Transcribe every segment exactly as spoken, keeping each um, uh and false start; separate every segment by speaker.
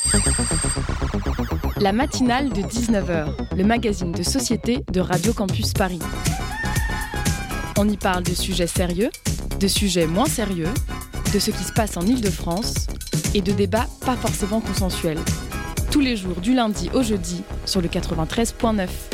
Speaker 1: La matinale de dix-neuf heures, le magazine de société de Radio Campus Paris. On y parle de sujets sérieux, de sujets moins sérieux, de ce qui se passe en Île-de-France et de débats pas forcément consensuels. Tous les jours du lundi au jeudi sur le quatre-vingt-treize virgule neuf.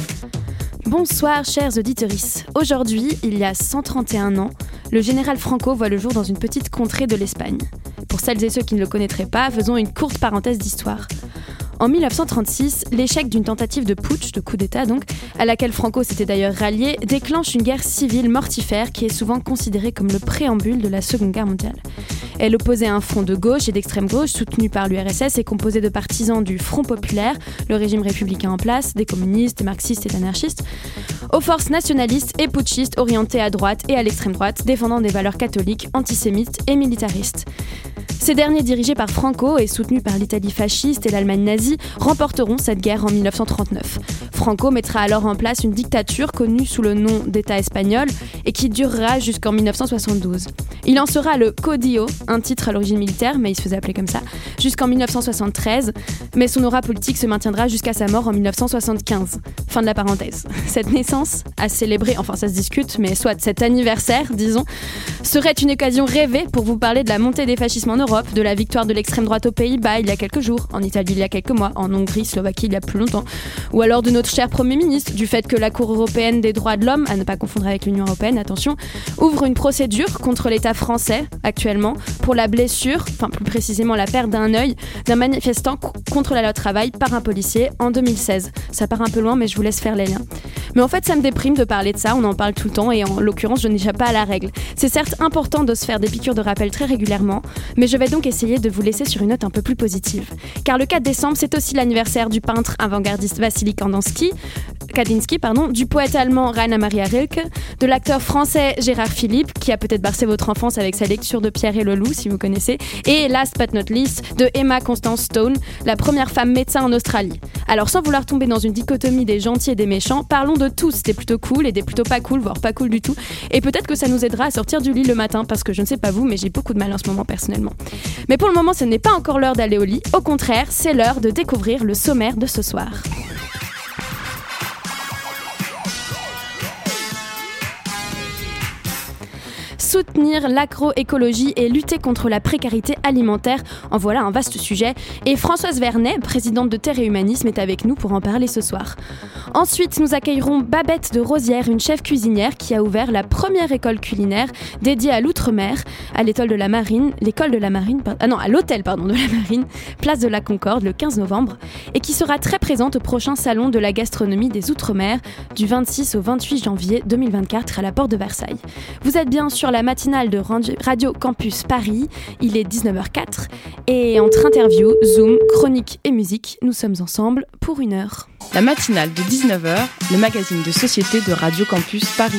Speaker 2: Bonsoir chers auditrices. Aujourd'hui, il y a cent trente et un ans, le général Franco voit le jour dans une petite contrée de l'Espagne. Pour celles et ceux qui ne le connaîtraient pas, faisons une courte parenthèse d'histoire. En dix-neuf cent trente-six, l'échec d'une tentative de putsch, de coup d'État donc, à laquelle Franco s'était d'ailleurs rallié, déclenche une guerre civile mortifère qui est souvent considérée comme le préambule de la Seconde Guerre mondiale. Elle opposait un front de gauche et d'extrême gauche soutenu par l'U R S S et composé de partisans du Front populaire, le régime républicain en place, des communistes, des marxistes et des anarchistes, aux forces nationalistes et putschistes orientées à droite et à l'extrême droite, défendant des valeurs catholiques, antisémites et militaristes. Ces derniers, dirigés par Franco et soutenus par l'Italie fasciste et l'Allemagne nazie, remporteront cette guerre en dix-neuf cent trente-neuf. Franco mettra alors en place une dictature connue sous le nom d'État espagnol et qui durera jusqu'en dix-neuf cent soixante-douze. Il en sera le caudillo, un titre à l'origine militaire, mais il se faisait appeler comme ça, jusqu'en dix-neuf cent soixante-treize, mais son aura politique se maintiendra jusqu'à sa mort en dix-neuf cent soixante-quinze. Fin de la parenthèse. Cette naissance, à célébrer, enfin ça se discute, mais soit cet anniversaire, disons, serait une occasion rêvée pour vous parler de la montée des fascismes en Europe, de la victoire de l'extrême droite aux Pays-Bas il y a quelques jours, en Italie il y a quelques mois, en Hongrie, Slovaquie il y a plus longtemps, ou alors de notre cher Premier ministre, du fait que la Cour européenne des droits de l'homme, à ne pas confondre avec l'Union européenne, attention, ouvre une procédure contre l'État français, actuellement, pour la blessure, enfin plus précisément la perte d'un œil, d'un manifestant c- contre la loi travail par un policier en deux mille seize. Ça part un peu loin, mais je vous laisse faire les liens. Mais en fait, ça me déprime de parler de ça, on en parle tout le temps, et en l'occurrence, je n'échappe pas à la règle. C'est certes important de se faire des piqûres de rappel très régulièrement, mais je vais donc essayer de vous laisser sur une note un peu plus positive. Car le quatre décembre, c'est aussi l'anniversaire du peintre avant-gardiste Vassili Kandinsky, Kandinsky, pardon, du poète allemand Rainer Maria Rilke, de l'acteur français Gérard Philippe, qui a peut-être bercé votre enfance avec sa lecture de Pierre et le Loup, si vous connaissez, et last but not least, de Emma Constance Stone, la première femme médecin en Australie. Alors sans vouloir tomber dans une dichotomie des gentils et des méchants, parlons de tous, des plutôt cool et des plutôt pas cool, voire pas cool du tout, et peut-être que ça nous aidera à sortir du lit le matin, parce que je ne sais pas vous, mais j'ai beaucoup de mal en ce moment personnellement. Mais pour le moment, ce n'est pas encore l'heure d'aller au lit, au contraire, c'est l'heure de découvrir le sommaire de ce soir. Soutenir l'agroécologie et lutter contre la précarité alimentaire, en voilà un vaste sujet. Et Françoise Vernet, présidente de Terre et Humanisme, est avec nous pour en parler ce soir. Ensuite, nous accueillerons Babette de Rosière, une chef cuisinière qui a ouvert la première école culinaire dédiée à l'outre-mer, à l'école de la Marine, l'école de la Marine, ah non, à l'hôtel pardon de la Marine, place de la Concorde, le quinze novembre, et qui sera très présente au prochain salon de la gastronomie des Outre-mer du vingt-six au vingt-huit janvier deux mille vingt-quatre à la porte de Versailles. Vous êtes bien sur la matinale de Radio Campus Paris, il est dix-neuf heures quatre et entre interviews, Zoom, chronique et musique, nous sommes ensemble pour une heure.
Speaker 1: La matinale de dix-neuf heures, le magazine de société de Radio Campus Paris.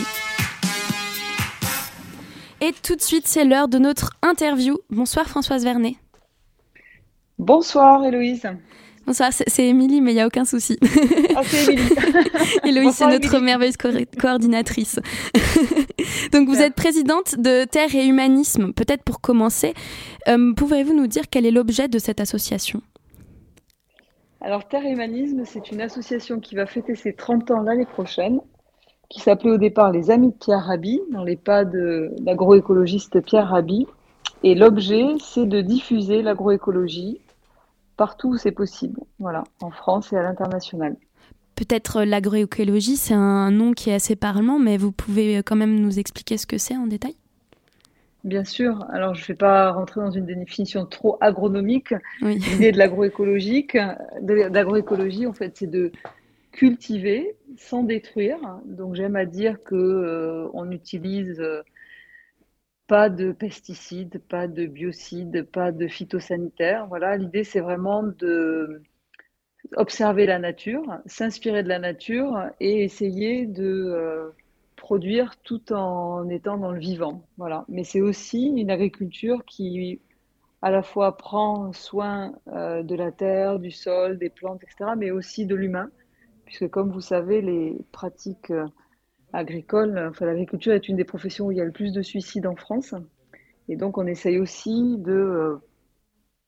Speaker 2: Et tout de suite, c'est l'heure de notre interview. Bonsoir Françoise Vernet.
Speaker 3: Bonsoir Héloïse.
Speaker 2: Bonsoir, c'est, c'est Émilie, mais il n'y a aucun souci.
Speaker 3: Ah, c'est Émilie.
Speaker 2: Héloïse, c'est notre
Speaker 3: Émilie.
Speaker 2: merveilleuse co- coordinatrice. Donc, vous êtes présidente de Terre et Humanisme. Peut-être pour commencer, euh, pouvez-vous nous dire quel est l'objet de cette association ?
Speaker 3: Alors, Terre et Humanisme, c'est une association qui va fêter ses trente ans l'année prochaine, qui s'appelait au départ les Amis de Pierre Rabhi, dans les pas de l'agroécologiste Pierre Rabhi. Et l'objet, c'est de diffuser l'agroécologie partout où c'est possible, voilà, en France et à l'international.
Speaker 2: Peut-être l'agroécologie, c'est un nom qui est assez parlant, mais vous pouvez quand même nous expliquer ce que c'est en détail ?
Speaker 3: Bien sûr, alors je ne vais pas rentrer dans une définition trop agronomique.
Speaker 2: Oui.
Speaker 3: L'idée de l'agroécologique, de l'agroécologie, en fait, c'est de cultiver sans détruire. Donc j'aime à dire que euh, on n'utilise euh, pas de pesticides, pas de biocides, pas de phytosanitaires. Voilà, l'idée c'est vraiment de observer la nature, s'inspirer de la nature et essayer de euh, produire tout en étant dans le vivant. Voilà. Mais c'est aussi une agriculture qui à la fois prend soin euh, de la terre, du sol, des plantes, et cetera, mais aussi de l'humain, puisque comme vous savez, les pratiques euh, agricoles, enfin l'agriculture est une des professions où il y a le plus de suicides en France, et donc on essaye aussi de euh,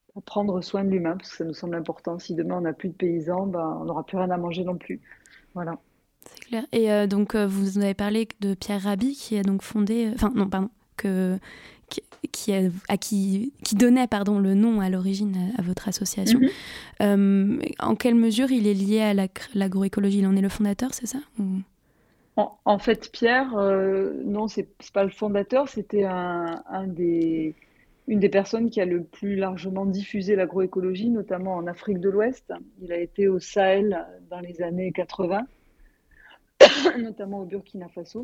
Speaker 3: à prendre soin de l'humain, parce que ça nous semble important. Si demain on n'a plus de paysans, ben, on n'aura plus rien à manger non plus. Voilà.
Speaker 2: C'est clair. Et euh, donc, euh, vous avez parlé de Pierre Rabhi, qui a donc fondé... Enfin, non, pardon. Que, qui, qui, a, à qui, qui donnait pardon, le nom à l'origine à, à votre association. Mm-hmm. Euh, en quelle mesure il est lié à la, l'agroécologie ? Il en est le fondateur, c'est ça ou...
Speaker 3: en, en fait, Pierre, euh, non, c'est, c'est pas le fondateur, c'était un, un des, une des personnes qui a le plus largement diffusé l'agroécologie, notamment en Afrique de l'Ouest. Il a été au Sahel dans les années quatre-vingts, notamment au Burkina Faso,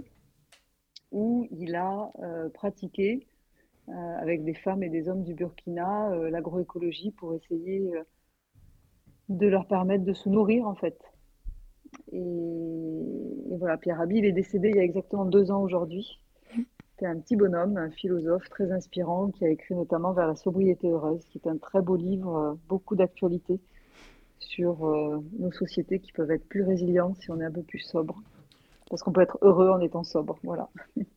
Speaker 3: où il a euh, pratiqué euh, avec des femmes et des hommes du Burkina euh, l'agroécologie pour essayer euh, de leur permettre de se nourrir en fait. Et, et voilà, Pierre Rabhi, il est décédé il y a exactement deux ans aujourd'hui. C'était un petit bonhomme, un philosophe très inspirant qui a écrit notamment Vers la sobriété heureuse, qui est un très beau livre, euh, beaucoup d'actualité sur euh, nos sociétés qui peuvent être plus résilientes si on est un peu plus sobre. Parce qu'on peut être heureux en étant sobre, voilà.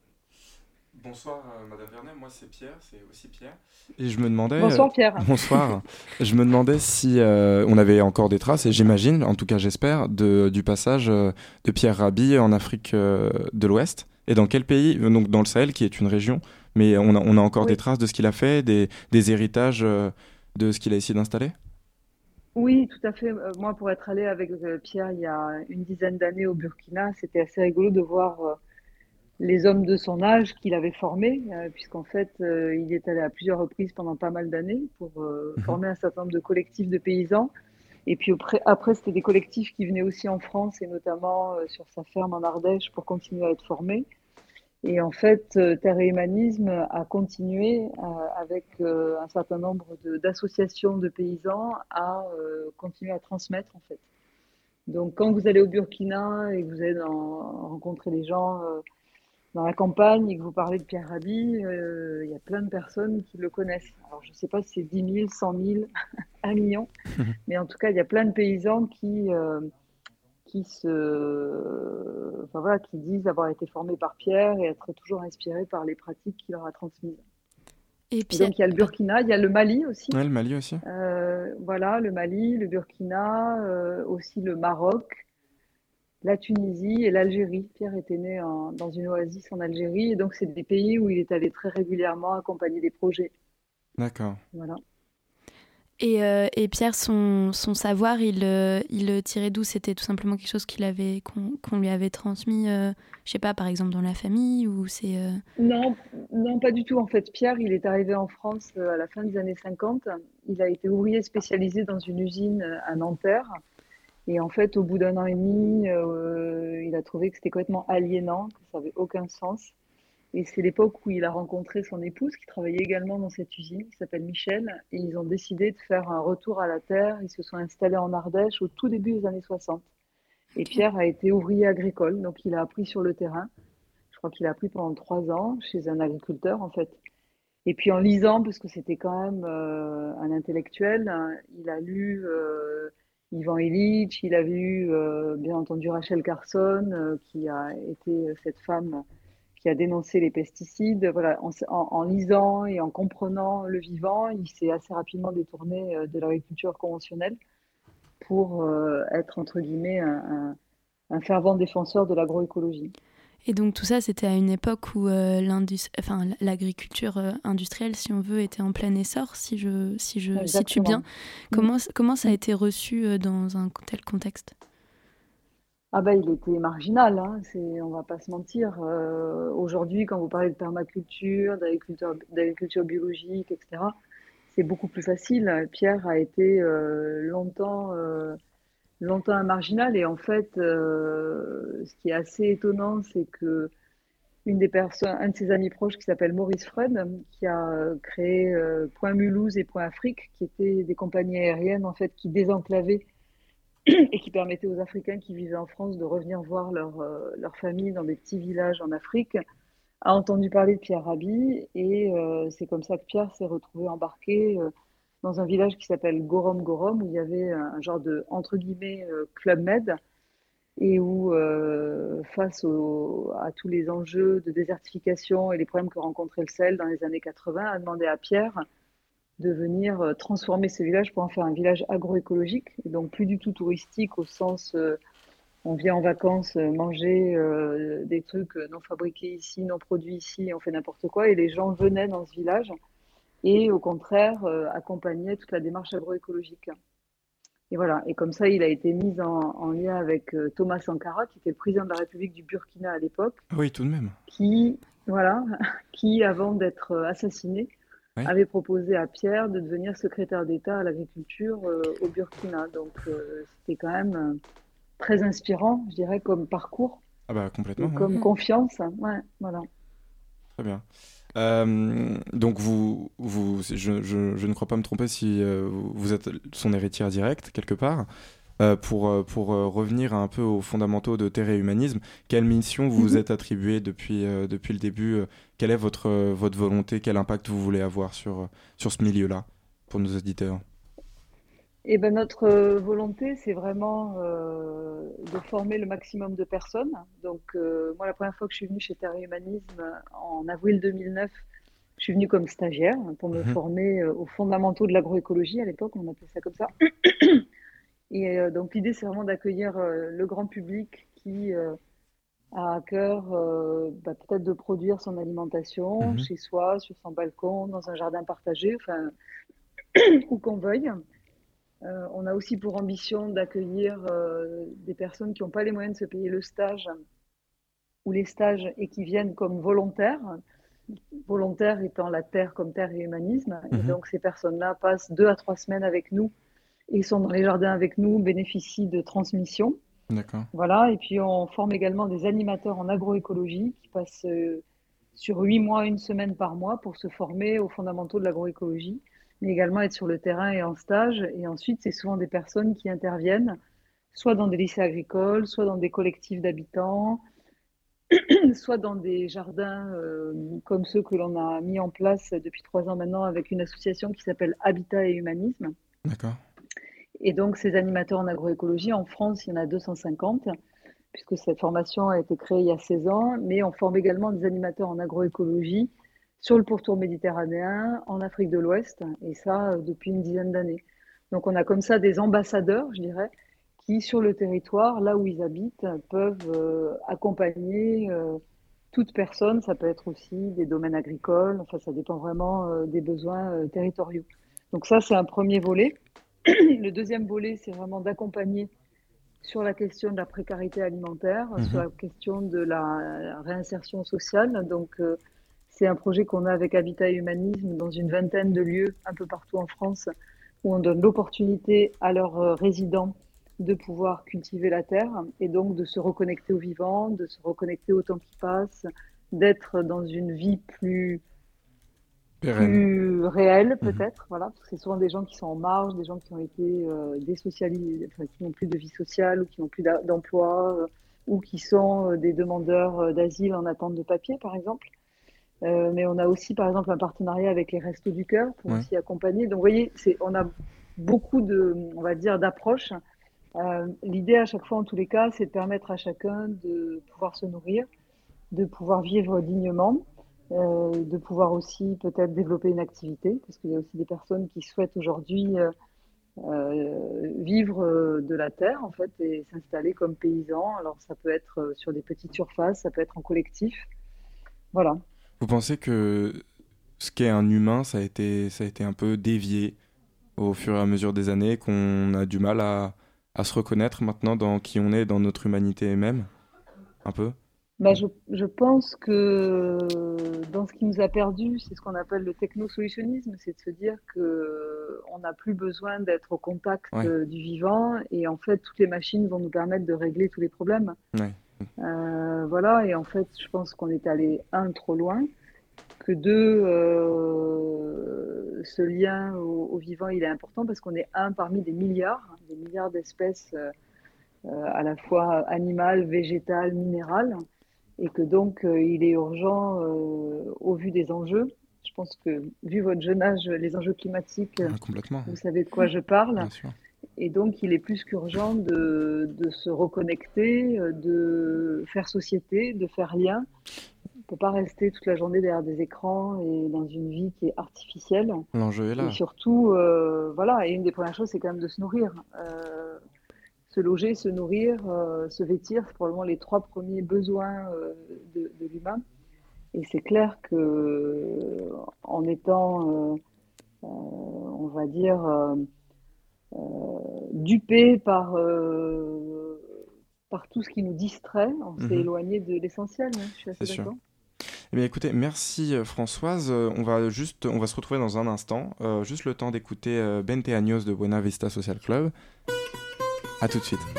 Speaker 4: Bonsoir euh, Madame Vernet, moi c'est Pierre, c'est aussi Pierre. Et je me demandais...
Speaker 3: Bonsoir Pierre.
Speaker 4: Euh, bonsoir. Je me demandais si euh, on avait encore des traces, et j'imagine, en tout cas j'espère, de, du passage euh, de Pierre Rabhi en Afrique euh, de l'Ouest. Et dans quel pays ? Donc dans le Sahel, qui est une région, mais on a, on a encore oui. des traces de ce qu'il a fait, des, des héritages euh, de ce qu'il a essayé d'installer ?
Speaker 3: Oui, tout à fait. Moi, pour être allée avec Pierre il y a une dizaine d'années au Burkina, c'était assez rigolo de voir... Euh, les hommes de son âge qu'il avait formés, euh, puisqu'en fait, euh, il est allé à plusieurs reprises pendant pas mal d'années pour euh, mmh. former un certain nombre de collectifs de paysans. Et puis après, après, c'était des collectifs qui venaient aussi en France, et notamment euh, sur sa ferme en Ardèche, pour continuer à être formés. Et en fait, euh, Terre et Humanisme a continué euh, avec euh, un certain nombre de, d'associations de paysans à euh, continuer à transmettre, en fait. Donc, quand vous allez au Burkina et que vous allez dans, rencontrer des gens... Euh, dans la campagne et que vous parlez de Pierre Rabhi, il euh, y a plein de personnes qui le connaissent. Alors, je ne sais pas si c'est dix mille, cent mille, un million, mais en tout cas, il y a plein de paysans qui, euh, qui, se, enfin, voilà, qui disent avoir été formés par Pierre et être toujours inspirés par les pratiques qu'il leur a transmises. Et, Pierre... et donc, il y a le Burkina, il y a le Mali aussi.
Speaker 4: Ouais, le Mali aussi.
Speaker 3: Euh, voilà, le Mali, le Burkina, euh, aussi le Maroc, la Tunisie et l'Algérie. Pierre était né en, dans une oasis en Algérie, et donc c'est des pays où il est allé très régulièrement accompagner des projets.
Speaker 4: D'accord.
Speaker 3: Voilà.
Speaker 2: Et, euh, et Pierre, son, son savoir, il, euh, il le tirait d'où ? C'était tout simplement quelque chose qu'il avait, qu'on, qu'on lui avait transmis, euh, je sais pas, par exemple dans la famille ou c'est... Euh...
Speaker 3: Non, non, pas du tout. En fait, Pierre, il est arrivé en France à la fin des années cinquante. Il a été ouvrier spécialisé dans une usine à Nanterre. Et en fait, au bout d'un an et demi, euh, il a trouvé que c'était complètement aliénant, que ça n'avait aucun sens. Et c'est l'époque où il a rencontré son épouse, qui travaillait également dans cette usine, qui s'appelle Michel. Et ils ont décidé de faire un retour à la terre. Ils se sont installés en Ardèche au tout début des années soixante. Et Pierre a été ouvrier agricole, donc il a appris sur le terrain. Je crois qu'il a appris pendant trois ans chez un agriculteur, en fait. Et puis en lisant, parce que c'était quand même euh, un intellectuel, hein, il a lu... Euh, Ivan Illich, il avait eu euh, bien entendu Rachel Carson, euh, qui a été cette femme qui a dénoncé les pesticides. Voilà, en, en, en lisant et en comprenant le vivant, il s'est assez rapidement détourné euh, de l'agriculture conventionnelle pour euh, être, entre guillemets, un, un, un fervent défenseur de l'agroécologie.
Speaker 2: Et donc tout ça, c'était à une époque où euh, l'indus- enfin, l'agriculture euh, industrielle, si on veut, était en plein essor, si je, si je situe bien. Comment, mmh. comment ça a été reçu euh, dans un tel contexte ?
Speaker 3: Ah ben, il était marginal, hein, c'est, on va pas se mentir. Euh, aujourd'hui, quand vous parlez de permaculture, d'agriculture, d'agriculture biologique, et cetera, c'est beaucoup plus facile. Pierre a été euh, longtemps... Euh, longtemps un marginal, et en fait, euh, ce qui est assez étonnant, c'est que une des personnes, un de ses amis proches qui s'appelle Maurice Freud, qui a créé euh, Point Mulhouse et Point Afrique, qui étaient des compagnies aériennes en fait qui désenclavaient et qui permettaient aux Africains qui vivaient en France de revenir voir leur, euh, leur famille dans des petits villages en Afrique, a entendu parler de Pierre Rabhi, et euh, c'est comme ça que Pierre s'est retrouvé embarqué euh, dans un village qui s'appelle Gorom Gorom, où il y avait un genre de, entre guillemets, euh, Club Med, et où, euh, face au, à tous les enjeux de désertification et les problèmes que rencontrait le Sahel dans les années quatre-vingts, a demandé à Pierre de venir euh, transformer ce village pour en faire un village agroécologique, et donc plus du tout touristique au sens euh, on vient en vacances euh, manger euh, des trucs euh, non fabriqués ici, non produits ici, et on fait n'importe quoi, et les gens venaient dans ce village et au contraire euh, accompagnaient toute la démarche agroécologique. Et voilà, et comme ça il a été mis en, en lien avec euh, Thomas Sankara, qui était le président de la République du Burkina à l'époque,
Speaker 4: Ah oui, tout de même.
Speaker 3: qui, voilà, qui avant d'être euh, assassiné,
Speaker 4: Oui.
Speaker 3: avait proposé à Pierre de devenir secrétaire d'État à l'agriculture euh, au Burkina. Donc euh, c'était quand même euh, très inspirant, je dirais, comme parcours
Speaker 4: Ah bah
Speaker 3: et
Speaker 4: complètement, ouais.
Speaker 3: comme
Speaker 2: Mhm.
Speaker 3: confiance. Ouais, voilà.
Speaker 4: Très bien. Euh, donc vous, vous, je, je, je ne crois pas me tromper si euh, vous vous êtes son héritière directe quelque part. Euh, pour, euh, pour euh, revenir un peu aux fondamentaux de Terre et Humanisme, quelle mission vous vous
Speaker 3: Mhm.
Speaker 4: êtes attribuée depuis, euh, depuis le début euh, Quelle est votre, euh, votre volonté? Quel impact vous voulez avoir sur, euh, sur ce milieu-là, pour nos auditeurs?
Speaker 3: Et ben notre euh, volonté, c'est vraiment euh, de former le maximum de personnes. Donc euh, moi, la première fois que je suis venue chez Terre et Humanisme en avril deux mille neuf, je suis venue comme stagiaire pour me
Speaker 4: Mhm.
Speaker 3: former euh, aux fondamentaux de l'agroécologie. À l'époque, on appelait ça comme ça. Et euh, donc l'idée, c'est vraiment d'accueillir euh, le grand public qui euh, a à cœur euh, bah, peut-être de produire son alimentation
Speaker 4: Mhm.
Speaker 3: chez soi, sur son balcon, dans un jardin partagé, enfin, où qu'on veuille. Euh, on a aussi pour ambition d'accueillir euh, des personnes qui n'ont pas les moyens de se payer le stage ou les stages et qui viennent comme volontaires, volontaires étant la terre comme terre et humanisme. Et
Speaker 4: Mhm.
Speaker 3: donc ces personnes-là passent deux à trois semaines avec nous et sont dans les jardins avec nous, bénéficient de transmission.
Speaker 4: D'accord.
Speaker 3: Voilà, et puis on forme également des animateurs en agroécologie qui passent euh, sur huit mois, une semaine par mois pour se former aux fondamentaux de l'agroécologie, mais également être sur le terrain et en stage. Et ensuite, c'est souvent des personnes qui interviennent soit dans des lycées agricoles, soit dans des collectifs d'habitants, soit dans des jardins euh, comme ceux que l'on a mis en place depuis trois ans maintenant avec une association qui s'appelle Habitat et Humanisme.
Speaker 4: D'accord.
Speaker 3: Et donc, ces animateurs en agroécologie, en France, il y en a deux cent cinquante, puisque cette formation a été créée il y a seize ans, mais on forme également des animateurs en agroécologie sur le pourtour méditerranéen, en Afrique de l'Ouest, et ça euh, depuis une dizaine d'années. Donc on a comme ça des ambassadeurs, je dirais, qui sur le territoire, là où ils habitent, peuvent euh, accompagner euh, toute personne. Ça peut être aussi des domaines agricoles, enfin ça dépend vraiment euh, des besoins euh, territoriaux. Donc ça, c'est un premier volet. Le deuxième volet, c'est vraiment d'accompagner sur la question de la précarité alimentaire, sur
Speaker 4: Mhm.
Speaker 3: la question de la réinsertion sociale. Donc, euh, c'est un projet qu'on a avec Habitat et Humanisme dans une vingtaine de lieux un peu partout en France, où on donne l'opportunité à leurs euh, résidents de pouvoir cultiver la terre et donc de se reconnecter au vivant, de se reconnecter au temps qui passe, d'être dans une vie plus
Speaker 4: Pérenne.
Speaker 3: plus réel
Speaker 4: Mhm.
Speaker 3: peut-être, voilà, parce que c'est souvent des gens qui sont en marge, des gens qui ont été euh, désocialisés, enfin, qui n'ont plus de vie sociale ou qui n'ont plus d'a- d'emploi euh, ou qui sont euh, des demandeurs euh, d'asile en attente de papier, par exemple. Euh, mais on a aussi, par exemple, un partenariat avec les Restos du Cœur pour
Speaker 4: Ouais.
Speaker 3: aussi accompagner. Donc, vous voyez, c'est, on a beaucoup de, on va dire, d'approches. Euh, l'idée à chaque fois, en tous les cas, c'est de permettre à chacun de pouvoir se nourrir, de pouvoir vivre dignement, euh, de pouvoir aussi peut-être développer une activité, parce qu'il y a aussi des personnes qui souhaitent aujourd'hui euh, euh, vivre euh, de la terre en fait et s'installer comme paysans. Alors ça peut être euh, sur des petites surfaces, ça peut être en collectif. Voilà.
Speaker 4: Vous pensez que ce qu'est un humain, ça a été, ça a été un peu dévié au fur et à mesure des années, qu'on a du mal à, à se reconnaître maintenant dans qui on est, dans notre humanité même, un peu?
Speaker 3: Bah, je, je pense que dans ce qui nous a perdu, c'est ce qu'on appelle le technosolutionnisme, c'est de se dire que on n'a plus besoin d'être au contact
Speaker 4: Ouais,
Speaker 3: euh, du vivant et en fait toutes les machines vont nous permettre de régler tous les problèmes.
Speaker 4: ouais.
Speaker 3: Euh, voilà, et en fait, je pense qu'on est allé, un, trop loin, que deux, euh, ce lien au, au vivant, il est important parce qu'on est un parmi des milliards, des milliards d'espèces euh, à la fois animales, végétales, minérales, et que donc euh, il est urgent, euh, au vu des enjeux, je pense que, vu votre jeune âge, les enjeux climatiques,
Speaker 4: Ouais, complètement,
Speaker 3: vous savez de quoi je parle,
Speaker 4: bien sûr.
Speaker 3: et donc, il est plus qu'urgent de, de se reconnecter, de faire société, de faire lien peut pas rester toute la journée derrière des écrans et dans une vie qui est artificielle.
Speaker 4: L'enjeu est
Speaker 3: Et
Speaker 4: là.
Speaker 3: surtout, euh, voilà, et une des premières choses, c'est quand même de se nourrir. Euh, se loger, se nourrir, euh, se vêtir, c'est probablement les trois premiers besoins euh, de, de l'humain. Et c'est clair que euh, en étant, euh, euh, on va dire, euh, euh, dupé par, euh, par tout ce qui nous distrait, on s'est
Speaker 4: Mhm.
Speaker 3: éloigné de l'essentiel. hein, Je suis assez
Speaker 4: C'est sûr.
Speaker 3: d'accord.
Speaker 4: Eh bien, écoutez, merci euh, Françoise. Euh, on va juste, on va se retrouver dans un instant. Euh, juste le temps d'écouter euh, Bente Años de Buena Vista Social Club. À tout de suite.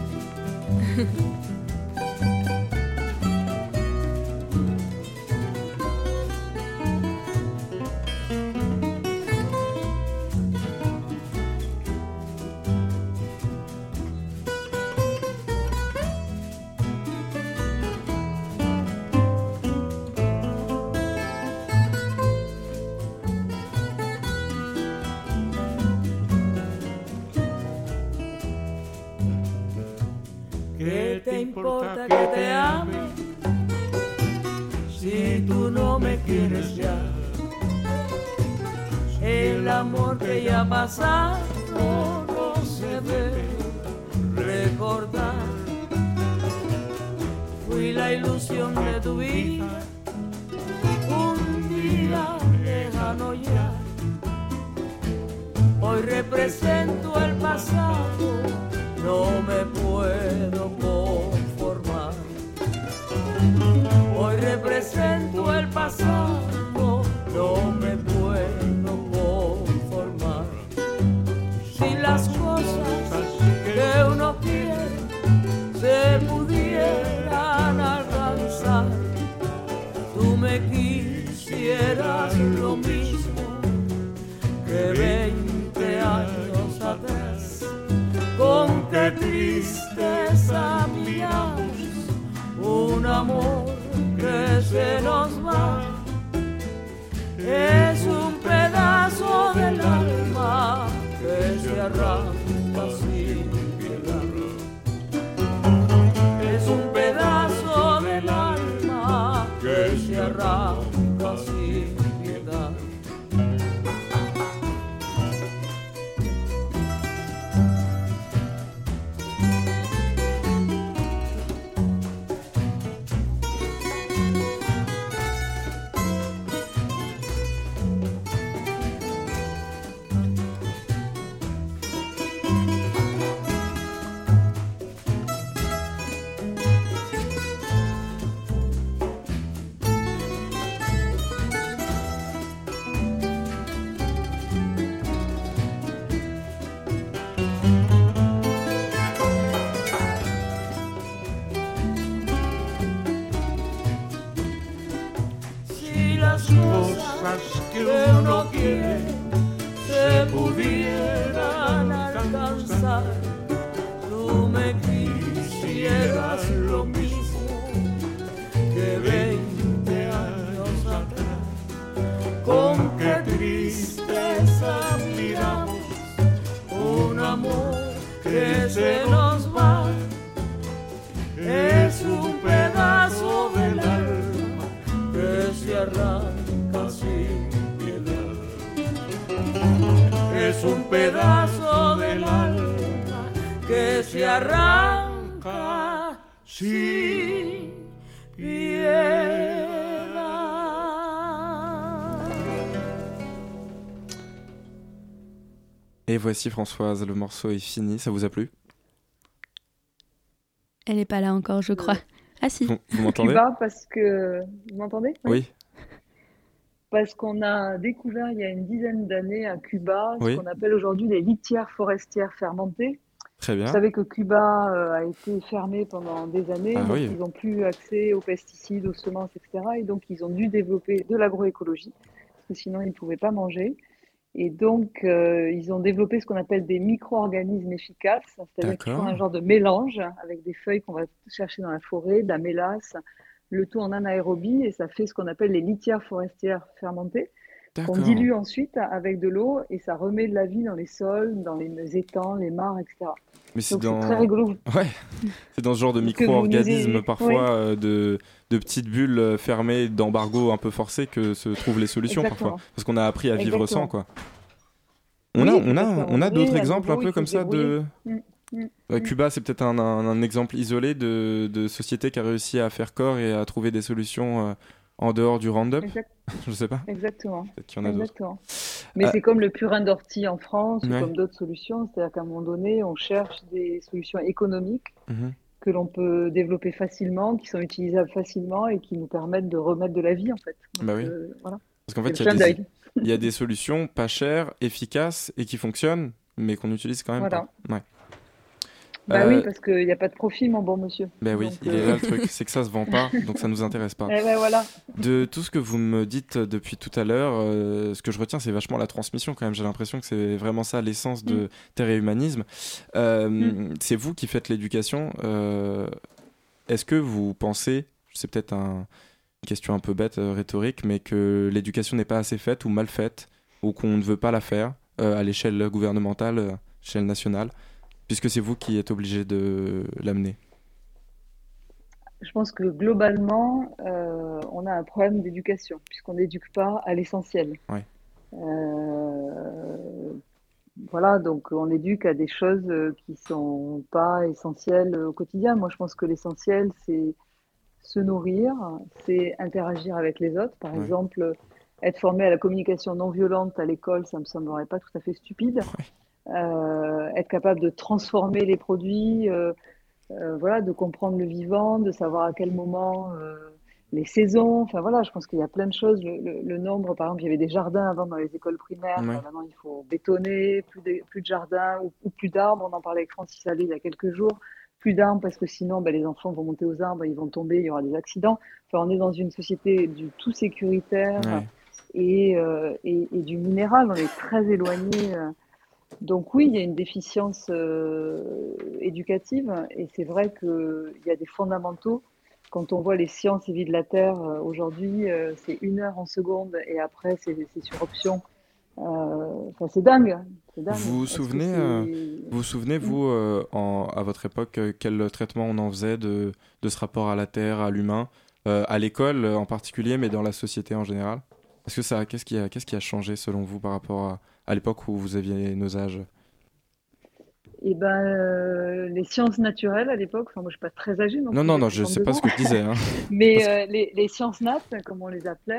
Speaker 5: ¿Qué te importa que te ame si tú no me quieres ya? El amor que ya ha pasado no se debe recordar. Fui la ilusión de tu vida, un día lejano ya. Hoy represento el pasado, no me puedo conformar. Hoy represento el pasado, no me puedo conformar. Si las cosas que uno quiere se pudieran alcanzar, tú me quisieras lo mismo que veinte años atrás. Con qué tristeza miramos un amor que se nos va. Es un pedazo del alma que se arranca sin piedad. Es un pedazo del alma que se arranca sin piedad. Que uno quiere se pudieran alcanzar, tú me quisieras lo mismo que veinte años atrás. Con qué tristeza miramos un amor que se nos va. Es un pedazo del alma que se arranca sin piedad. Es un pedazo del alma que se arranca sin piedad.
Speaker 4: Et voici Françoise, le morceau est fini. Ça vous a plu?
Speaker 2: Elle n'est pas là encore, je crois. Ah si.
Speaker 4: Vous, vous m'entendez?
Speaker 3: Cuba, parce que... Vous m'entendez?
Speaker 4: Oui.
Speaker 3: Parce qu'on a découvert il y a une dizaine d'années à Cuba ce
Speaker 4: Oui.
Speaker 3: qu'on appelle aujourd'hui les litières forestières fermentées.
Speaker 4: Très bien.
Speaker 3: Vous savez que Cuba euh, a été fermé pendant des années,
Speaker 4: Ah
Speaker 3: donc
Speaker 4: oui.
Speaker 3: ils n'ont plus accès aux pesticides, aux semences, et cetera. Et donc ils ont dû développer de l'agroécologie, parce que sinon ils ne pouvaient pas manger. Et donc euh, ils ont développé ce qu'on appelle des micro-organismes efficaces, c'est-à-dire qu'ils font
Speaker 4: D'accord.
Speaker 3: un genre de mélange avec des feuilles qu'on va chercher dans la forêt, de la mélasse, le tout en anaérobie, et ça fait ce qu'on appelle les litières forestières fermentées. qu'on dilue ensuite avec de l'eau et ça remet de la vie dans les sols, dans les étangs, les mares, et cetera.
Speaker 4: Mais c'est
Speaker 3: Donc
Speaker 4: dans...
Speaker 3: c'est très rigolo.
Speaker 4: Ouais, c'est dans ce genre de
Speaker 3: Parce que vous
Speaker 4: micro-organismes
Speaker 3: nous ayez-
Speaker 4: parfois,
Speaker 3: Oui.
Speaker 4: euh, de, de petites bulles euh, fermées, d'embargo un peu forcés que se trouvent les solutions
Speaker 3: Exactement.
Speaker 4: parfois. Parce qu'on a appris à vivre
Speaker 3: Exactement.
Speaker 4: sans, quoi. On
Speaker 3: Oui,
Speaker 4: a,
Speaker 3: et puis
Speaker 4: on
Speaker 3: parce
Speaker 4: a,
Speaker 3: qu'à un
Speaker 4: on a
Speaker 3: moment
Speaker 4: d'autres
Speaker 3: donné, à
Speaker 4: exemples
Speaker 3: nouveau,
Speaker 4: un peu
Speaker 3: il faut
Speaker 4: comme
Speaker 3: se
Speaker 4: ça de...
Speaker 3: débrouiller. Mm, mm,
Speaker 4: Euh,
Speaker 3: mm.
Speaker 4: Cuba, c'est peut-être un, un- un exemple isolé de, de société qui a réussi à faire corps et à trouver des solutions euh, en dehors du Roundup.
Speaker 3: Exact-
Speaker 4: Je sais pas,
Speaker 3: Exactement.
Speaker 4: peut-être qu'il y en a d'autres.
Speaker 3: Exactement. Mais
Speaker 4: Euh,
Speaker 3: c'est comme le purin d'ortie en France ou
Speaker 4: ouais.
Speaker 3: comme d'autres solutions, c'est-à-dire qu'à un moment donné, on cherche des solutions économiques
Speaker 4: Mhm.
Speaker 3: que l'on peut développer facilement, qui sont utilisables facilement et qui nous permettent de remettre de la vie en fait. Donc,
Speaker 4: Bah oui.
Speaker 3: euh, voilà,
Speaker 4: Parce qu'en
Speaker 3: c'est le
Speaker 4: fait, il y a
Speaker 3: clin
Speaker 4: des,
Speaker 3: d'œil.
Speaker 4: il y a des solutions pas chères, efficaces et qui fonctionnent, mais qu'on n'utilise quand même
Speaker 3: Voilà.
Speaker 4: pas. Ouais.
Speaker 3: Bah
Speaker 4: Euh,
Speaker 3: oui, parce qu'il n'y a pas de profit, mon bon monsieur.
Speaker 4: Ben oui,
Speaker 3: Donc,
Speaker 4: il
Speaker 3: euh,
Speaker 4: est là le truc, c'est que ça se vend pas, donc ça nous intéresse pas.
Speaker 3: eh ben voilà.
Speaker 4: De tout ce que vous me dites depuis tout à l'heure, euh, ce que je retiens, c'est vachement la transmission quand même. J'ai l'impression que c'est vraiment ça l'essence de
Speaker 3: Mm.
Speaker 4: Terre et Humanisme. Euh,
Speaker 3: Mm.
Speaker 4: C'est vous qui faites l'éducation. Euh, Est-ce que vous pensez, c'est peut-être un, une question un peu bête, euh, rhétorique, mais que l'éducation n'est pas assez faite ou mal faite, ou qu'on ne veut pas la faire euh, à l'échelle gouvernementale, euh, échelle nationale, puisque c'est vous qui êtes obligé de l'amener?
Speaker 3: Je pense que globalement, euh, on a un problème d'éducation, puisqu'on n'éduque pas à l'essentiel.
Speaker 4: Ouais.
Speaker 3: Euh, voilà, donc on éduque à des choses euh, qui sont pas essentielles au quotidien. Moi, je pense que l'essentiel, c'est se nourrir, c'est interagir avec les autres. Par
Speaker 4: Ouais.
Speaker 3: exemple, être formé à la communication non violente à l'école, ça me semblerait pas tout à fait stupide. Euh, être capable de transformer les produits, euh, euh, voilà, de comprendre le vivant, de savoir à quel moment euh, les saisons. Enfin voilà, je pense qu'il y a plein de choses. Le, le- le nombre, par exemple, il y avait des jardins avant dans les écoles primaires.
Speaker 4: Ouais.
Speaker 3: Euh, maintenant, il faut bétonner, plus de, plus de jardins ou, ou plus d'arbres. On en parlait avec Francis Allais il y a quelques jours. Plus d'arbres parce que sinon, ben, les enfants vont monter aux arbres, ils vont tomber, il y aura des accidents. Enfin, on est dans une société du tout sécuritaire
Speaker 4: Ouais.
Speaker 3: et, euh, et, et du minéral. On est très éloigné. euh, donc oui, il y a une déficience euh, éducative et c'est vrai qu'il y a des fondamentaux. Quand on voit les sciences et vie de la Terre euh, aujourd'hui, euh, c'est une heure en seconde et après c'est c'est sur option. Euh, Enfin, c'est dingue, c'est dingue.
Speaker 4: Vous vous
Speaker 3: Est-ce que
Speaker 4: souvenez, euh,
Speaker 3: c'est-
Speaker 4: vous vous souvenez,
Speaker 3: Mm.
Speaker 4: vous, euh, en- à votre époque, euh, quel traitement on en faisait de, de ce rapport à la Terre, à l'humain, euh, à l'école euh, en particulier, mais dans la société en général? Est-ce que ça, qu'est-ce qui a, qu'est-ce qui a changé selon vous par rapport à, à l'époque où vous aviez nos âges?
Speaker 3: Eh ben, euh, les sciences naturelles à l'époque, enfin moi je suis pas très âgée, donc
Speaker 4: Non, non, non, je sais pas ce que je disais. Hein.
Speaker 3: mais
Speaker 4: Parce que-
Speaker 3: euh, les, les sciences nat, comme on les appelait,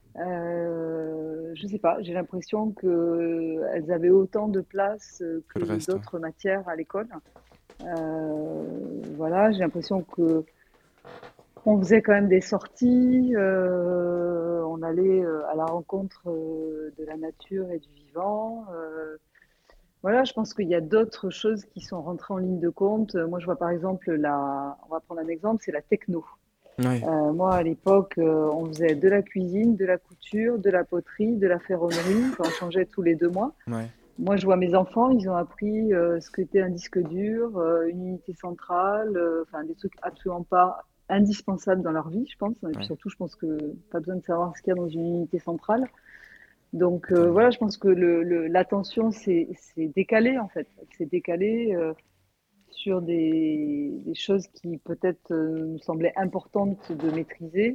Speaker 3: euh, je sais pas, j'ai l'impression que elles avaient autant de place euh,
Speaker 4: Que
Speaker 3: que
Speaker 4: le reste, ouais.
Speaker 3: d'autres matières à l'école. Euh, voilà, j'ai l'impression que on faisait quand même des sorties, euh, on allait euh, à la rencontre euh, de la nature et du vivant. euh, voilà, je pense qu'il y a d'autres choses qui sont rentrées en ligne de compte. Euh, Moi, je vois par exemple la, on va prendre un exemple, c'est la techno.
Speaker 4: Ouais.
Speaker 3: Euh, moi, à l'époque, euh, on faisait de la cuisine, de la couture, de la poterie, de la ferronnerie. Enfin, on changeait tous les deux mois.
Speaker 4: Ouais.
Speaker 3: Moi, je vois mes enfants, ils ont appris euh, ce qu'était un disque dur, euh, une unité centrale, euh, enfin des trucs absolument pas indispensables dans leur vie, je pense. Et puis
Speaker 4: Ouais.
Speaker 3: surtout, je pense que pas besoin de savoir ce qu'il y a dans une unité centrale. Donc euh,
Speaker 4: Totalement.
Speaker 3: voilà, je pense que le, le- l'attention s'est s'est décalée en fait. Elle s'est décalée euh, sur des, des choses qui peut-être euh, nous semblaient importantes de maîtriser,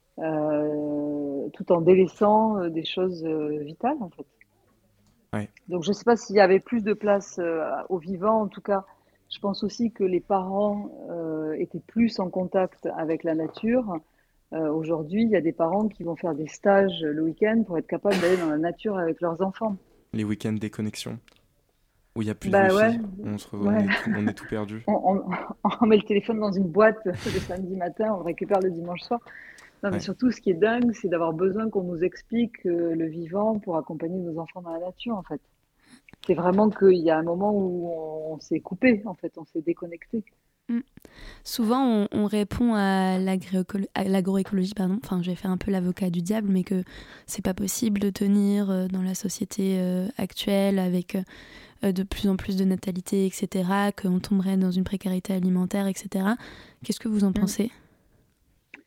Speaker 3: euh, tout en délaissant euh, des choses euh, vitales en fait.
Speaker 4: Ouais.
Speaker 3: Donc je ne sais pas s'il y avait plus de place euh, au vivant. En tout cas, je pense aussi que les parents euh, étaient plus en contact avec la nature. Euh, aujourd'hui, il y a des parents qui vont faire des stages le week-end pour être capables d'aller dans la nature avec leurs enfants.
Speaker 4: Les week-ends déconnexion, où il n'y a plus de
Speaker 3: Bah
Speaker 4: wifi,
Speaker 3: ouais,
Speaker 4: on, se, re- on,
Speaker 3: ouais.
Speaker 4: est tout, on est tout perdu.
Speaker 3: On, on- on met le téléphone dans une boîte le samedi matin, on le récupère le dimanche soir. Non, mais
Speaker 4: Ouais.
Speaker 3: surtout, ce qui est dingue, c'est d'avoir besoin qu'on nous explique euh, le vivant pour accompagner nos enfants dans la nature, en fait. C'est vraiment qu'il y a un moment où on, on s'est coupé, en fait, on s'est déconnecté.
Speaker 2: Souvent, on, on répond à, l'agroécolo- à l'agroécologie, pardon. Enfin, je vais faire un peu l'avocat du diable, mais que c'est pas possible de tenir euh, dans la société euh, actuelle avec euh, de plus en plus de natalité, et cetera, qu'on tomberait dans une précarité alimentaire, et cetera. Qu'est-ce que vous en
Speaker 3: Mm.
Speaker 2: pensez ?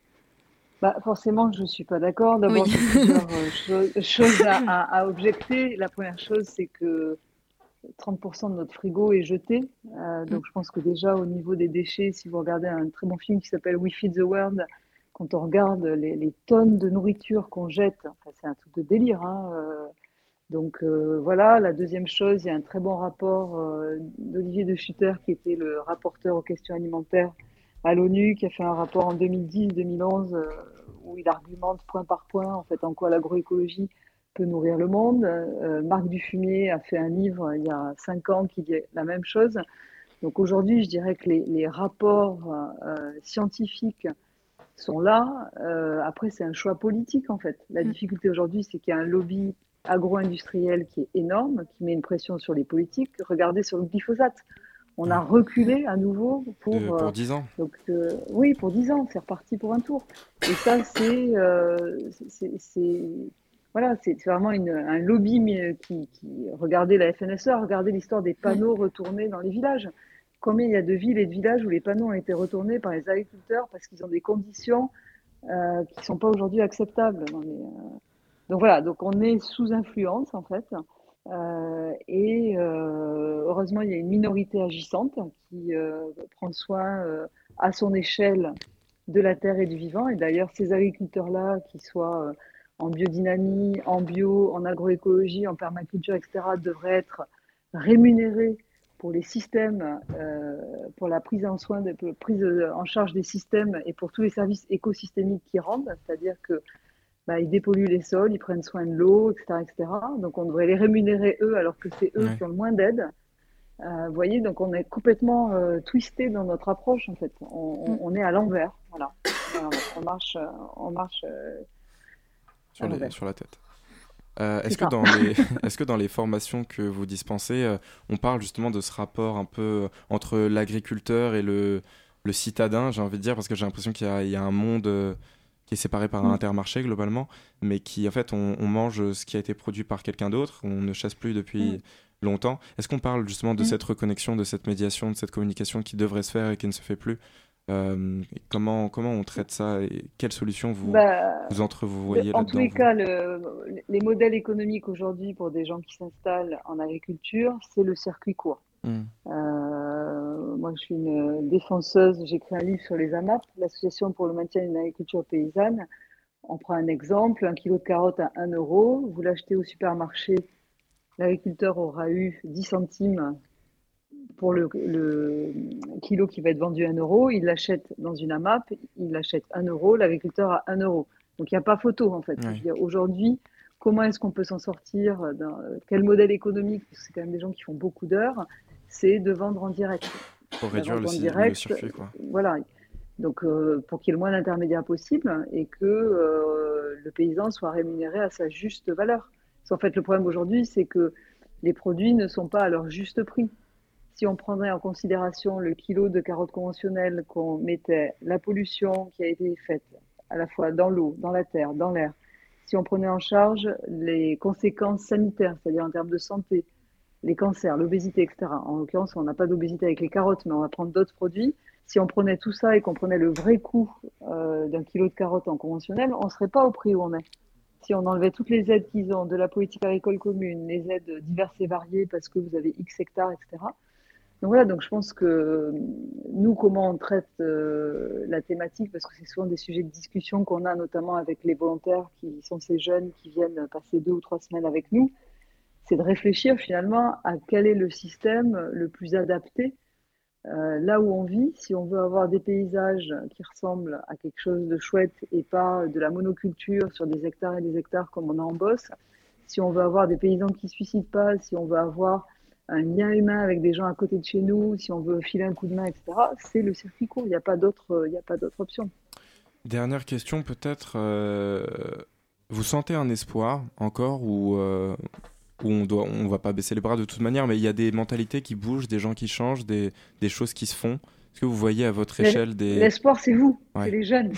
Speaker 3: Bah, forcément, je ne suis pas d'accord. D'abord,
Speaker 2: Oui.
Speaker 3: j'ai plusieurs euh, choses, choses à, à- à objecter. La première chose, c'est que trente pour cent de notre frigo est jeté. Euh,
Speaker 2: Mm.
Speaker 3: donc, je pense que déjà, au niveau des déchets, si vous regardez un très bon film qui s'appelle We Feed the World, quand on regarde les, les tonnes de nourriture qu'on jette, enfin, c'est un truc de délire, hein, euh, donc euh, voilà, la deuxième chose, il y a un très bon rapport euh, d'Olivier De Schutter, qui était le rapporteur aux questions alimentaires à l'ONU, qui a fait un rapport en deux mille dix deux mille onze euh, où il argumente point par point en fait en quoi l'agroécologie peut nourrir le monde. Euh, Marc Dufumier a fait un livre il y a cinq ans qui dit la même chose. Donc aujourd'hui, je dirais que les, les rapports euh, scientifiques sont là. Euh, après, c'est un choix politique, en fait. La
Speaker 2: Mm.
Speaker 3: difficulté aujourd'hui, c'est qu'il y a un lobby agro-industriel qui est énorme, qui met une pression sur les politiques. Regardez sur le glyphosate. On a
Speaker 4: Ouais.
Speaker 3: reculé à nouveau
Speaker 4: De,
Speaker 3: pour, euh,
Speaker 4: pour dix ans.
Speaker 3: donc, euh, oui, pour dix ans, c'est reparti pour un tour. Et ça, c'est, euh, c'est, c'est- voilà, c'est c'est vraiment une, un lobby mais, qui, qui, regardez la F N S E A, regardez l'histoire des
Speaker 2: Ouais.
Speaker 3: panneaux retournés dans les villages. Combien il y a de villes et de villages où les panneaux ont été retournés par les agriculteurs parce qu'ils ont des conditions euh, qui ne sont pas aujourd'hui acceptables. Dans les, euh, Donc voilà, donc on est sous influence en fait. Euh, et euh, heureusement, il y a une minorité agissante qui euh, prend soin euh, à son échelle de la terre et du vivant. Et d'ailleurs, ces agriculteurs-là, qui soient euh, en biodynamie, en bio, en agroécologie, en permaculture, et cetera, devraient être rémunérés pour les systèmes, euh, pour la prise en soin, de, pour la prise en charge des systèmes et pour tous les services écosystémiques qu'ils rendent, c'est-à-dire que bah, ils dépolluent les sols, ils prennent soin de l'eau, et cetera, et cetera. Donc on devrait les rémunérer eux, alors que c'est eux
Speaker 4: Ouais.
Speaker 3: qui ont le moins d'aide. Euh, vous voyez, donc on est complètement euh, twisté dans notre approche en fait. On, on-
Speaker 2: Mm.
Speaker 3: on est à l'envers, voilà. Voilà, on marche, euh, on marche euh,
Speaker 4: Sur,
Speaker 3: à
Speaker 4: les,
Speaker 3: l'envers.
Speaker 4: sur la tête. Euh,
Speaker 3: C'est
Speaker 4: est-ce que
Speaker 3: ça.
Speaker 4: dans les, est-ce que dans les formations que vous dispensez, euh, on parle justement de ce rapport un peu euh, entre l'agriculteur et le, le citadin, j'ai envie de dire, parce que j'ai l'impression qu'il y a, il y a un monde euh, qui est séparé par un
Speaker 3: Mm.
Speaker 4: intermarché globalement, mais qui en fait on, on mange ce qui a été produit par quelqu'un d'autre, on ne chasse plus depuis
Speaker 3: Mm.
Speaker 4: longtemps. Est-ce qu'on parle justement de
Speaker 3: Mm.
Speaker 4: cette reconnexion, de cette médiation, de cette communication qui devrait se faire et qui ne se fait plus? Euh, et comment, comment on traite ça et quelles solutions vous,
Speaker 3: Bah,
Speaker 4: vous
Speaker 3: de-
Speaker 4: entrevoyez
Speaker 3: en tous
Speaker 4: là-dedans,
Speaker 3: les
Speaker 4: vous?
Speaker 3: cas, le- les modèles économiques aujourd'hui pour des gens qui s'installent en agriculture, c'est le circuit court.
Speaker 4: Hmm.
Speaker 3: Euh, moi, je suis une défenseuse, j'ai écrit un livre sur les A M A P, l'Association pour le maintien d'une agriculture paysanne. On prend un exemple, un kilo de carottes à un euro, vous l'achetez au supermarché, l'agriculteur aura eu dix centimes pour le, le kilo qui va être vendu à un euro, il l'achète dans une A M A P, il l'achète un euro, l'agriculteur a un euro. Donc il n'y a pas photo en fait. Je veux
Speaker 4: Ouais.
Speaker 3: dire, aujourd'hui, comment est-ce qu'on peut s'en sortir d'un- Quel modèle économique, parce que c'est quand même des gens qui font beaucoup d'heures, c'est de vendre en direct.
Speaker 4: Pour
Speaker 3: La
Speaker 4: réduire
Speaker 3: vente
Speaker 4: le,
Speaker 3: en
Speaker 4: ci- le
Speaker 3: direct,
Speaker 4: circuit, quoi.
Speaker 3: voilà. Donc euh, pour qu'il y ait le moins d'intermédiaires possible et que euh, le paysan soit rémunéré à sa juste valeur. Parce qu'en fait, le problème aujourd'hui, c'est que les produits ne sont pas à leur juste prix. Si on prendrait en considération le kilo de carottes conventionnelles, qu'on mettait la pollution qui a été faite à la fois dans l'eau, dans la terre, dans l'air, si on prenait en charge les conséquences sanitaires, c'est-à-dire en termes de santé, les cancers, l'obésité, et cetera. En l'occurrence, on n'a pas d'obésité avec les carottes, mais on va prendre d'autres produits. Si on prenait tout ça et qu'on prenait le vrai coût euh, d'un kilo de carottes en conventionnel, on ne serait pas au prix où on est. Si on enlevait toutes les aides qu'ils ont de la politique agricole commune, les aides diverses et variées parce que vous avez X hectares, et cetera. Donc voilà, donc je pense que nous, comment on traite euh, la thématique, parce que c'est souvent des sujets de discussion qu'on a, notamment avec les volontaires qui sont ces jeunes qui viennent passer deux ou trois semaines avec nous, c'est de réfléchir finalement à quel est le système le plus adapté euh, là où on vit. Si on veut avoir des paysages qui ressemblent à quelque chose de chouette et pas de la monoculture sur des hectares et des hectares comme on a en Beauce, si on veut avoir des paysans qui ne se suicident pas, si on veut avoir un lien humain avec des gens à côté de chez nous, si on veut filer un coup de main, et cetera, c'est le circuit court. Il n'y a pas d'autre, il n'y a pas d'autre option.
Speaker 4: Dernière question, peut-être. euh, vous sentez un espoir encore ou euh, où on doit, on va pas baisser les bras de toute manière, mais il y a des mentalités qui bougent, des gens qui changent, des, des choses qui se font. Est-ce que vous voyez à votre échelle des...
Speaker 3: L'espoir, c'est vous,
Speaker 4: Ouais.
Speaker 3: c'est les jeunes.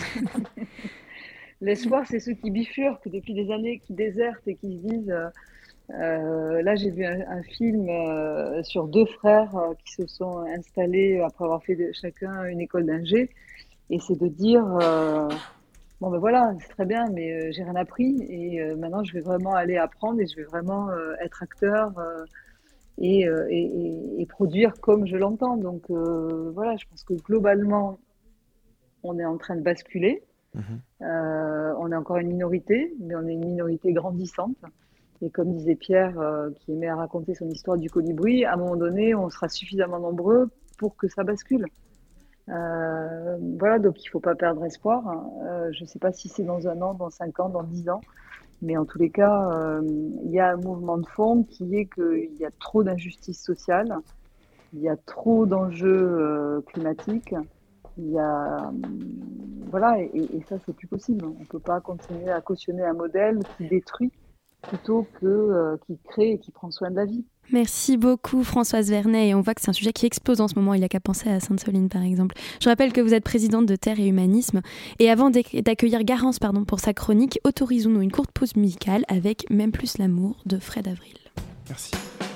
Speaker 3: L'espoir, c'est ceux qui bifurquent depuis des années, qui désertent et qui se disent... euh, Euh, là, j'ai vu un, un film euh, sur deux frères euh, qui se sont installés après avoir fait de, chacun une école d'ingé. Et c'est de dire, euh, Bon, ben voilà, c'est très bien, mais euh, j'ai rien appris. Et euh, maintenant, je vais vraiment aller apprendre et je vais vraiment euh, être acteur euh, et, euh, et, et- et produire comme je l'entends. Donc euh, voilà, je pense que globalement, on est en train de basculer.
Speaker 4: Mhm.
Speaker 3: Euh, on est encore une minorité, mais on est une minorité grandissante. Et comme disait Pierre, euh, qui aimait à raconter son histoire du colibri, à un moment donné, on sera suffisamment nombreux pour que ça bascule. Euh, voilà, donc il ne faut pas perdre espoir. Euh, je ne sais pas si c'est dans un an, dans cinq ans, dans dix ans, mais en tous les cas, euh, il y a un mouvement de fond qui est qu'il y a trop d'injustice sociale, il y a trop d'enjeux euh, climatiques, il y a, euh, voilà, et, et ça, c'est plus possible. On ne peut pas continuer à cautionner un modèle qui détruit plutôt que euh, qui crée et qui prend soin de la vie.
Speaker 2: Merci beaucoup Françoise Vernet, et on voit que c'est un sujet qui explose en ce moment, il n'y a qu'à penser à Sainte-Soline par exemple. Je rappelle que vous êtes présidente de Terre et Humanisme, et avant d'accueillir Garance pardon, pour sa chronique, autorisons-nous une courte pause musicale avec Même plus l'amour de Fred Avril.
Speaker 4: Merci.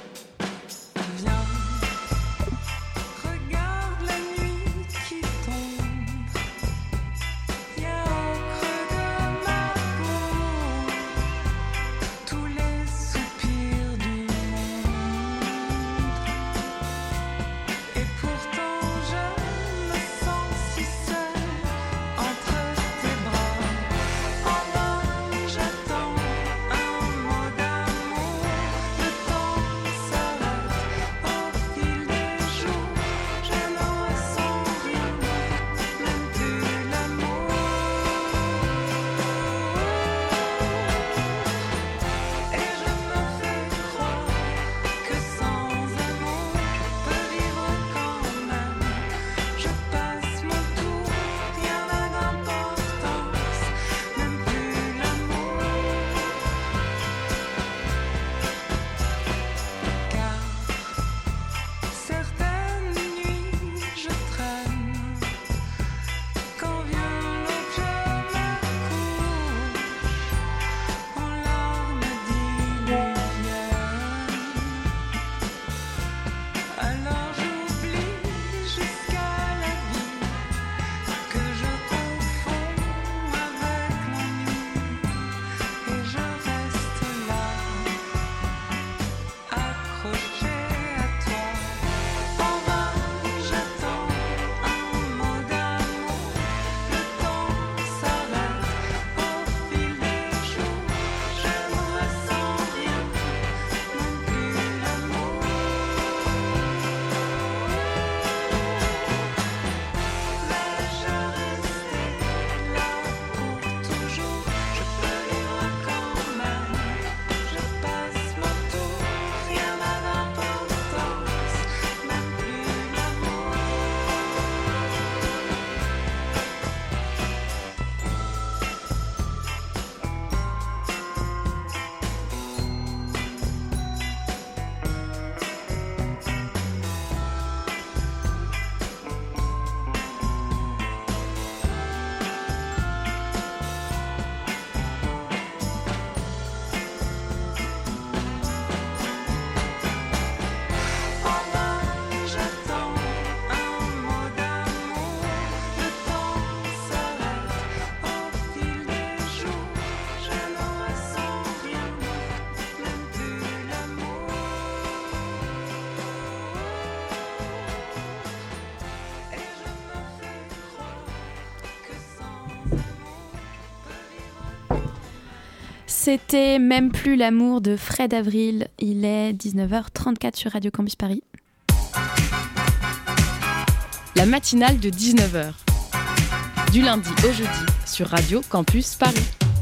Speaker 2: C'était Même plus l'amour de Fred Avril. Il est dix-neuf heures trente-quatre sur Radio Campus Paris.
Speaker 1: La matinale de dix-neuf heures. Du lundi au jeudi sur Radio Campus Paris.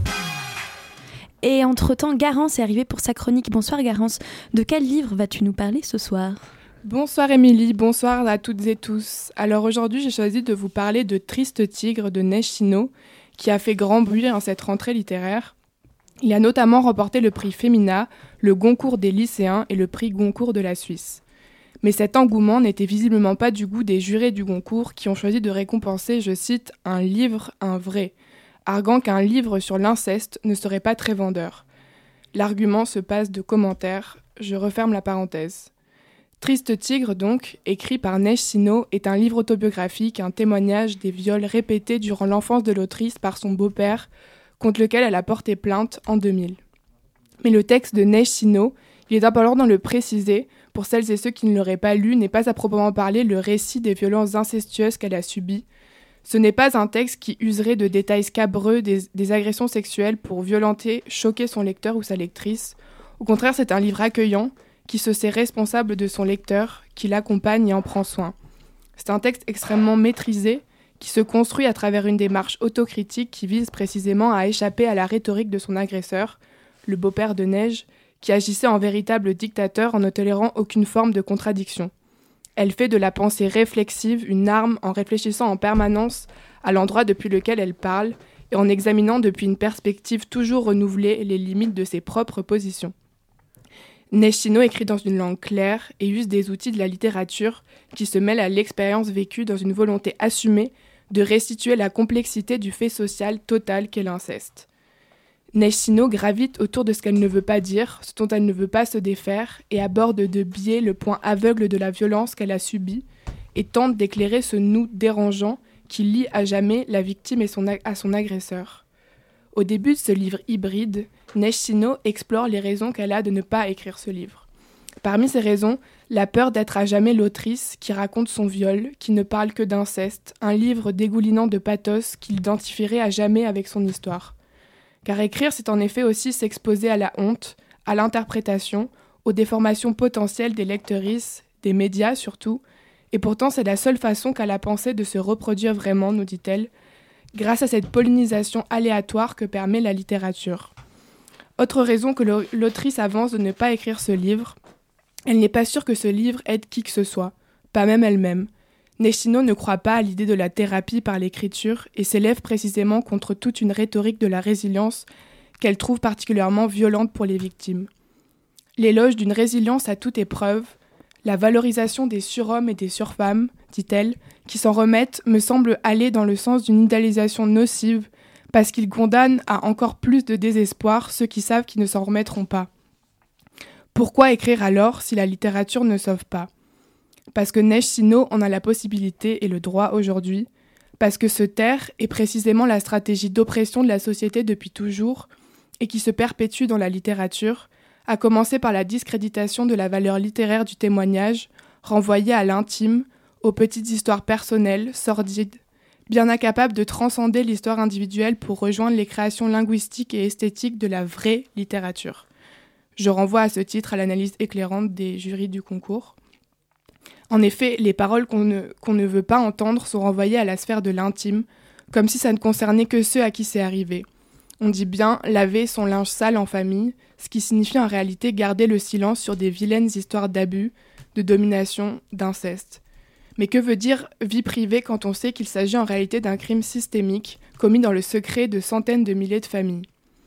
Speaker 2: Et entre-temps, Garance est arrivée pour sa chronique. Bonsoir Garance. De quel livre vas-tu nous parler ce soir ?
Speaker 6: Bonsoir Émilie, bonsoir à toutes et tous. Alors aujourd'hui, j'ai choisi de vous parler de Triste Tigre de Neige Sino, qui a fait grand bruit en cette rentrée littéraire. Il a notamment remporté le prix Femina, le Goncourt des lycéens et le prix Goncourt de la Suisse. Mais cet engouement n'était visiblement pas du goût des jurés du Goncourt qui ont choisi de récompenser, je cite, « un livre, un vrai », arguant qu'un livre sur l'inceste ne serait pas très vendeur. L'argument se passe de commentaires, je referme la parenthèse. Triste Tigre, donc, écrit par Neige Sino, est un livre autobiographique, un témoignage des viols répétés durant l'enfance de l'autrice par son beau-père, contre lequel elle a porté plainte en deux mille. Mais le texte de Neige Sino, il est important de le préciser, pour celles et ceux qui ne l'auraient pas lu, n'est pas à proprement parler le récit des violences incestueuses qu'elle a subies. Ce n'est pas un texte qui userait de détails scabreux des, des agressions sexuelles pour violenter, choquer son lecteur ou sa lectrice. Au contraire, c'est un livre accueillant, qui se sait responsable de son lecteur, qui l'accompagne et en prend soin. C'est un texte extrêmement maîtrisé, qui se construit à travers une démarche autocritique qui vise précisément à échapper à la rhétorique de son agresseur, le beau-père de Neige, qui agissait en véritable dictateur en ne tolérant aucune forme de contradiction. Elle fait de la pensée réflexive une arme en réfléchissant en permanence à l'endroit depuis lequel elle parle et en examinant depuis une perspective toujours renouvelée les limites de ses propres positions. Neige Sino écrit dans une langue claire et use des outils de la littérature qui se mêlent à l'expérience vécue dans une volonté assumée de restituer la complexité du fait social total qu'est l'inceste. Neige Sino gravite autour de ce qu'elle ne veut pas dire, ce dont elle ne veut pas se défaire, et aborde de biais le point aveugle de la violence qu'elle a subie, et tente d'éclairer ce nous dérangeant qui lie à jamais la victime et son ag- à son agresseur. Au début de ce livre hybride, Neige Sino explore les raisons qu'elle a de ne pas écrire ce livre. Parmi ces raisons, la peur d'être à jamais l'autrice qui raconte son viol, qui ne parle que d'inceste, un livre dégoulinant de pathos qu'il identifierait à jamais avec son histoire. Car écrire, c'est en effet aussi s'exposer à la honte, à l'interprétation, aux déformations potentielles des lectrices, des médias surtout, et pourtant c'est la seule façon qu'a la pensée de se reproduire vraiment, nous dit-elle, grâce à cette pollinisation aléatoire que permet la littérature. Autre raison que l'autrice avance de ne pas écrire ce livre, elle n'est pas sûre que ce livre aide qui que ce soit, pas même elle-même. Neige Sino ne croit pas à l'idée de la thérapie par l'écriture et s'élève précisément contre toute une rhétorique de la résilience qu'elle trouve particulièrement violente pour les victimes. L'éloge d'une résilience à toute épreuve, la valorisation des surhommes et des surfemmes, dit-elle, qui s'en remettent, me semble aller dans le sens d'une idéalisation nocive parce qu'ils condamnent à encore plus de désespoir ceux qui savent qu'ils ne s'en remettront pas. Pourquoi écrire alors si la littérature ne sauve pas ? Parce que Neige Sino en a la possibilité et le droit aujourd'hui, parce que se taire est précisément la stratégie d'oppression de la société depuis toujours et qui se perpétue dans la littérature, à commencer par la discréditation de la valeur littéraire du témoignage, renvoyée à l'intime, aux petites histoires personnelles, sordides, bien incapables de transcender l'histoire individuelle pour rejoindre les créations linguistiques et esthétiques de la vraie littérature. Je renvoie à ce titre à l'analyse éclairante des jurys du concours. En effet, les paroles qu'on ne, qu'on ne veut pas entendre sont renvoyées à la sphère de l'intime, comme si ça ne concernait que ceux à qui c'est arrivé. On dit bien laver son linge sale en famille, ce qui signifie en réalité garder le silence sur des vilaines histoires d'abus, de domination, d'inceste. Mais que veut dire vie privée quand on sait qu'il s'agit en réalité d'un crime systémique commis dans le secret de centaines de milliers de familles ?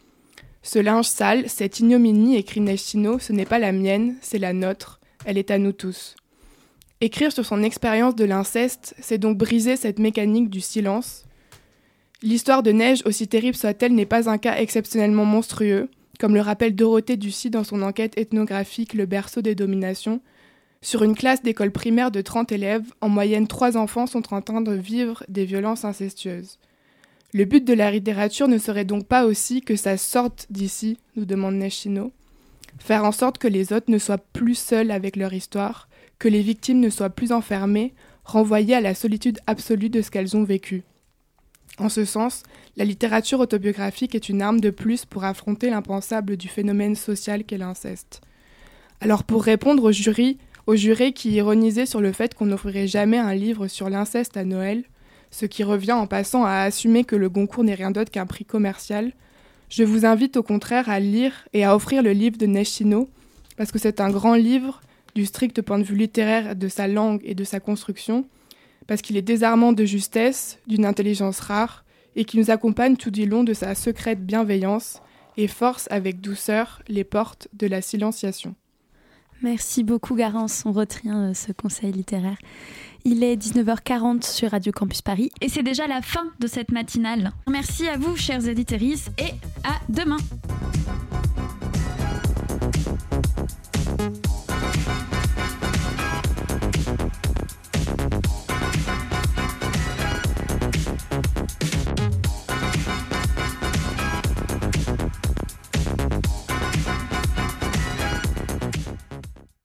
Speaker 6: Ce linge sale, cette ignominie, écrit Neige Sino, ce n'est pas la mienne, c'est la nôtre, elle est à nous tous. Écrire sur son expérience de l'inceste, c'est donc briser cette mécanique du silence. L'histoire de Neige, aussi terrible soit-elle, n'est pas un cas exceptionnellement monstrueux, comme le rappelle Dorothée Ducy dans son enquête ethnographique Le berceau des dominations. Sur une classe d'école primaire de trente élèves, en moyenne trois enfants sont en train de vivre des violences incestueuses. Le but de la littérature ne serait donc pas aussi que ça sorte d'ici, nous demande Neige Sino. Faire en sorte que les autres ne soient plus seuls avec leur histoire, que les victimes ne soient plus enfermées, renvoyées à la solitude absolue de ce qu'elles ont vécu. En ce sens, la littérature autobiographique est une arme de plus pour affronter l'impensable du phénomène social qu'est l'inceste. Alors pour répondre au jury, aux jurés qui ironisaient sur le fait qu'on n'offrirait jamais un livre sur l'inceste à Noël, ce qui revient en passant à assumer que le Goncourt n'est rien d'autre qu'un prix commercial, je vous invite au contraire à lire et à offrir le livre de Neige Sino, parce que c'est un grand livre du strict point de vue littéraire de sa langue et de sa construction, parce qu'il est désarmant de justesse, d'une intelligence rare, et qui nous accompagne tout du long de sa secrète bienveillance et force avec douceur les portes de la silenciation.
Speaker 2: Merci beaucoup Garance, on retient ce conseil littéraire. Il est dix-neuf heures quarante sur Radio Campus Paris.
Speaker 7: Et c'est déjà la fin de cette matinale. Merci à vous, chers éditeurs, et à demain.